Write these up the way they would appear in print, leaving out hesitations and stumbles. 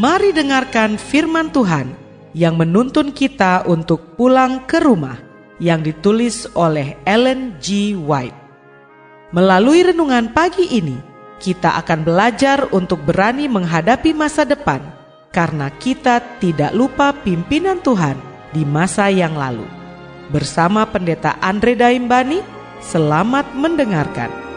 Mari dengarkan firman Tuhan yang menuntun kita untuk pulang ke rumah, yang ditulis oleh Ellen G. White. Melalui renungan pagi ini, kita akan belajar untuk berani menghadapi masa depan, karena kita tidak lupa pimpinan Tuhan di masa yang lalu. Bersama Pendeta Andre Daimbani, selamat mendengarkan.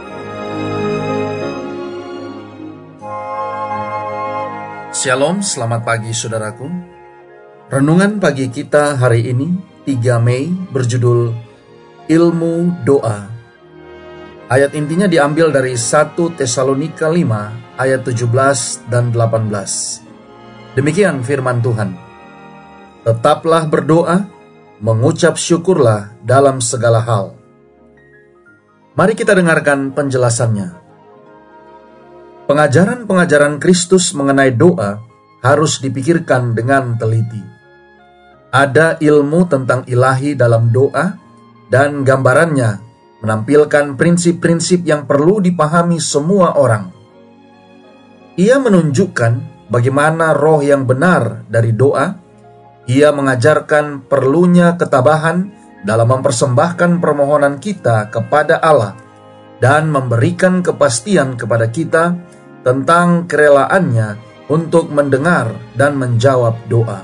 Shalom, selamat pagi saudaraku. Renungan pagi kita hari ini 3 Mei berjudul Ilmu Doa. Ayat intinya diambil dari 1 Tesalonika 5 ayat 17 dan 18. Demikian firman Tuhan. Tetaplah berdoa, mengucap syukurlah dalam segala hal. Mari kita dengarkan penjelasannya. Pengajaran-pengajaran Kristus mengenai doa harus dipikirkan dengan teliti. Ada ilmu tentang ilahi dalam doa, dan gambarannya menampilkan prinsip-prinsip yang perlu dipahami semua orang. Ia menunjukkan bagaimana roh yang benar dari doa. Ia mengajarkan perlunya ketabahan dalam mempersembahkan permohonan kita kepada Allah dan memberikan kepastian kepada kita tentang kerelaannya untuk mendengar dan menjawab doa.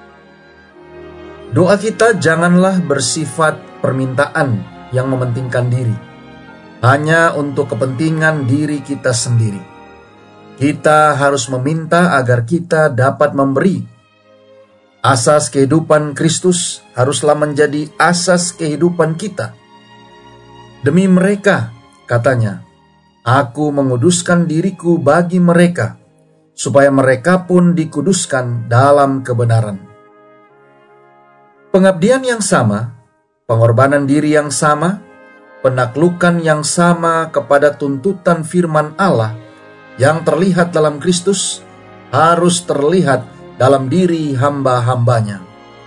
Doa kita janganlah bersifat permintaan yang mementingkan diri, hanya untuk kepentingan diri kita sendiri. Kita harus meminta agar kita dapat memberi. Asas kehidupan Kristus haruslah menjadi asas kehidupan kita. Demi mereka, katanya, Aku menguduskan diriku bagi mereka, supaya mereka pun dikuduskan dalam kebenaran. Pengabdian yang sama, pengorbanan diri yang sama, penaklukan yang sama kepada tuntutan firman Allah yang terlihat dalam Kristus harus terlihat dalam diri hamba-hambanya.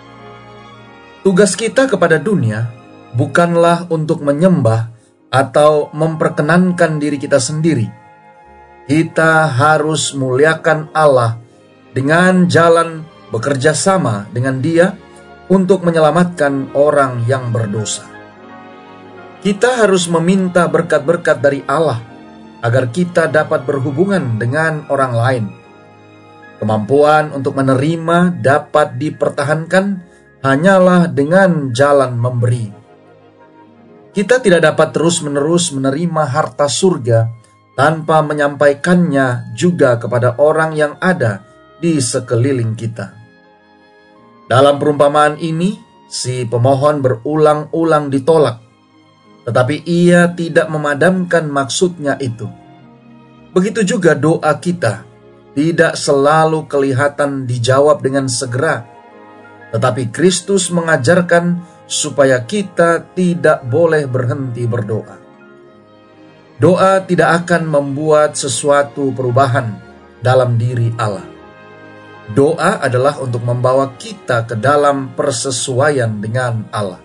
Tugas kita kepada dunia bukanlah untuk menyembah atau memperkenankan diri kita sendiri. Kita harus muliakan Allah dengan jalan bekerja sama dengan Dia untuk menyelamatkan orang yang berdosa. Kita harus meminta berkat-berkat dari Allah agar kita dapat berhubungan dengan orang lain. Kemampuan untuk menerima dapat dipertahankan hanyalah dengan jalan memberi. Kita tidak dapat terus-menerus menerima harta surga tanpa menyampaikannya juga kepada orang yang ada di sekeliling kita. Dalam perumpamaan ini, si pemohon berulang-ulang ditolak, tetapi ia tidak memadamkan maksudnya itu. Begitu juga doa kita tidak selalu kelihatan dijawab dengan segera, tetapi Kristus mengajarkan supaya kita tidak boleh berhenti berdoa. Doa tidak akan membuat sesuatu perubahan dalam diri Allah. Doa adalah untuk membawa kita ke dalam persesuaian dengan Allah.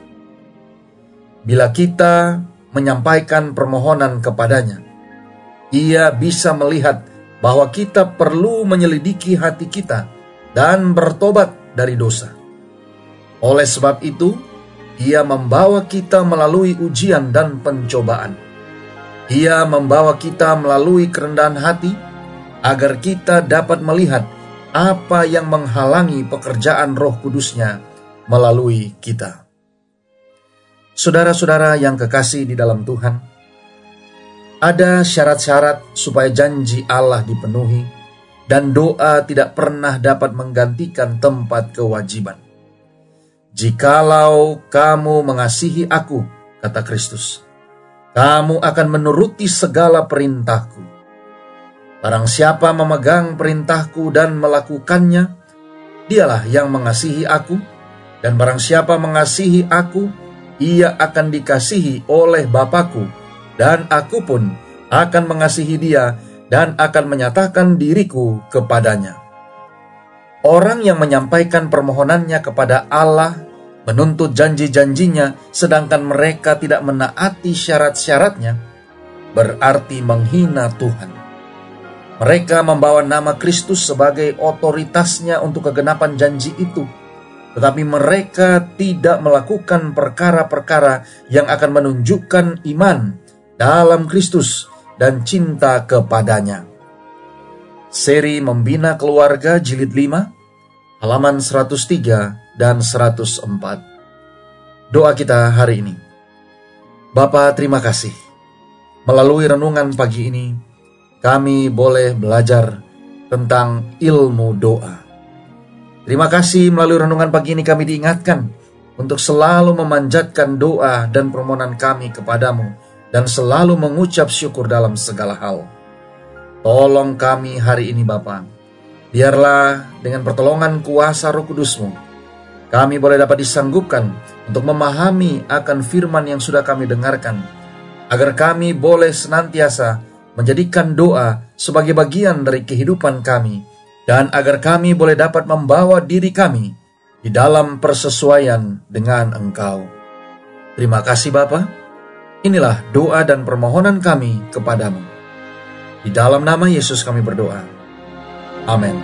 Bila kita menyampaikan permohonan kepadanya, Ia bisa melihat bahwa kita perlu menyelidiki hati kita dan bertobat dari dosa. Oleh sebab itu, Ia membawa kita melalui ujian dan pencobaan. Ia membawa kita melalui kerendahan hati agar kita dapat melihat apa yang menghalangi pekerjaan Roh Kudus-Nya melalui kita. Saudara-saudara yang kekasih di dalam Tuhan, ada syarat-syarat supaya janji Allah dipenuhi dan doa tidak pernah dapat menggantikan tempat kewajiban. Jikalau kamu mengasihi aku, kata Kristus, kamu akan menuruti segala perintahku. Barang siapa memegang perintahku dan melakukannya, dialah yang mengasihi aku, dan barang siapa mengasihi aku, ia akan dikasihi oleh Bapa-Ku, dan aku pun akan mengasihi dia dan akan menyatakan diriku kepadanya. Orang yang menyampaikan permohonannya kepada Allah menuntut janji-janjinya sedangkan mereka tidak menaati syarat-syaratnya berarti menghina Tuhan. Mereka membawa nama Kristus sebagai otoritasnya untuk kegenapan janji itu. Tetapi mereka tidak melakukan perkara-perkara yang akan menunjukkan iman dalam Kristus dan cinta kepadanya. Seri Membina Keluarga Jilid 5, halaman 103 dan 104. Doa kita hari ini. Bapa, terima kasih. Melalui renungan pagi ini, kami boleh belajar tentang ilmu doa. Terima kasih melalui renungan pagi ini kami diingatkan untuk selalu memanjatkan doa dan permohonan kami kepadamu dan selalu mengucap syukur dalam segala hal. Tolong kami hari ini Bapa. Biarlah dengan pertolongan kuasa Roh Kudus-Mu, kami boleh dapat disanggupkan untuk memahami akan firman yang sudah kami dengarkan, agar kami boleh senantiasa menjadikan doa sebagai bagian dari kehidupan kami, dan agar kami boleh dapat membawa diri kami di dalam persesuaian dengan Engkau. Terima kasih Bapa. Inilah doa dan permohonan kami kepadamu. Di dalam nama Yesus kami berdoa. Amin.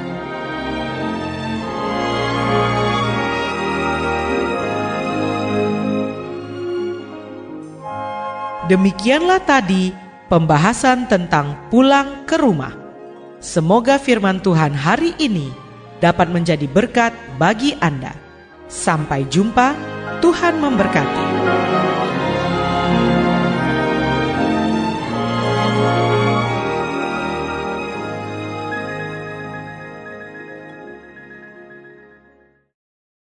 Demikianlah tadi pembahasan tentang pulang ke rumah. Semoga firman Tuhan hari ini dapat menjadi berkat bagi Anda. Sampai jumpa, Tuhan memberkati.